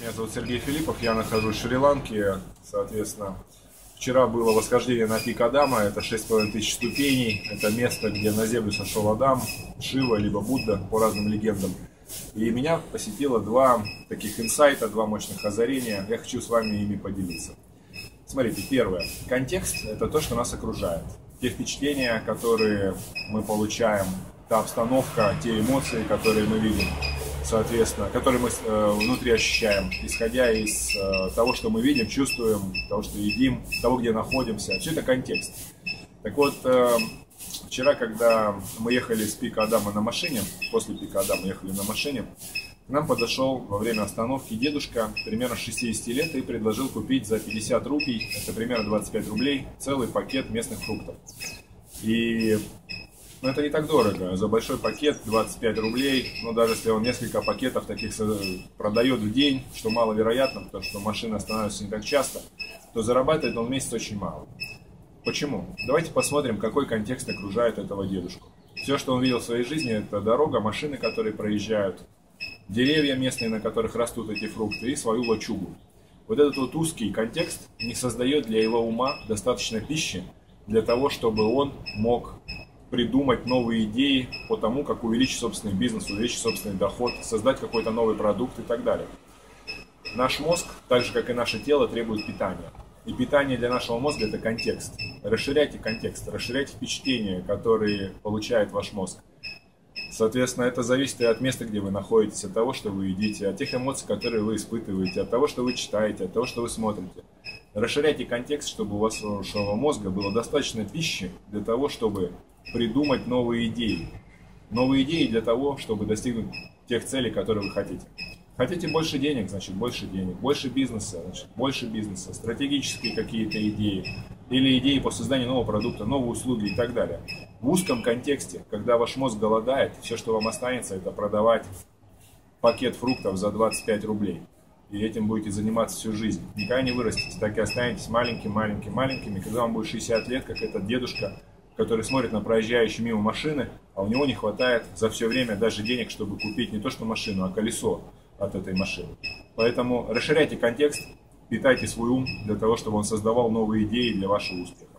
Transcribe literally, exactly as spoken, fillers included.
Меня зовут Сергей Филиппов, я нахожусь в Шри-Ланке, соответственно. Вчера было восхождение на пик Адама, это шесть с половиной тысяч ступеней, это место, где на землю сошел Адам, Шива, либо Будда, по разным легендам. И меня посетило два таких инсайта, два мощных озарения, я хочу с вами ими поделиться. Смотрите, первое, контекст – это то, что нас окружает. Те впечатления, которые мы получаем, та обстановка, те эмоции, которые мы видим. Соответственно, которые мы э, внутри ощущаем, исходя из э, того, что мы видим, чувствуем, того, что едим, того, где находимся. Все это контекст. Так вот, э, вчера, когда мы ехали с пика Адама на машине, после пика Адама ехали на машине, к нам подошел во время остановки дедушка, примерно шестидесяти лет, и предложил купить за пятьдесят рупий, это примерно двадцать пять рублей, целый пакет местных фруктов. И... Но это не так дорого. За большой пакет двадцать пять рублей, но даже если он несколько пакетов таких продает в день, что маловероятно, потому что машины останавливаются не так часто, то зарабатывает он в месяц очень мало. Почему? Давайте посмотрим, какой контекст окружает этого дедушку. Все, что он видел в своей жизни, это дорога, машины, которые проезжают, деревья местные, на которых растут эти фрукты, и свою лачугу. Вот этот вот узкий контекст не создает для его ума достаточно пищи для того, чтобы он мог придумать новые идеи по тому, как увеличить собственный бизнес, увеличить собственный доход, создать какой-то новый продукт и так далее. Наш мозг, так же как и наше тело, требует питания. И питание для нашего мозга – это контекст. Расширяйте контекст, расширяйте впечатления, которые получает ваш мозг. Соответственно, это зависит и от места, где вы находитесь, от того, что вы едите, от тех эмоций, которые вы испытываете, от того, что вы читаете, от того, что вы смотрите. Расширяйте контекст, чтобы у вашего мозга было достаточно пищи для того, чтобы придумать новые идеи. Новые идеи для того, чтобы достигнуть тех целей, которые вы хотите. Хотите больше денег, значит больше денег. Больше бизнеса, значит больше бизнеса. Стратегические какие-то идеи. Или идеи по созданию нового продукта, новые услуги и так далее. В узком контексте, когда ваш мозг голодает, все, что вам останется, это продавать пакет фруктов за двадцать пять рублей. И этим будете заниматься всю жизнь. Никогда не вырастете, так и останетесь маленьким, маленьким, маленьким. И когда вам будет шестьдесят лет, как этот дедушка, который смотрит на проезжающие мимо машины, а у него не хватает за все время даже денег, чтобы купить не то что машину, а колесо от этой машины. Поэтому расширяйте контекст, питайте свой ум для того, чтобы он создавал новые идеи для вашего успеха.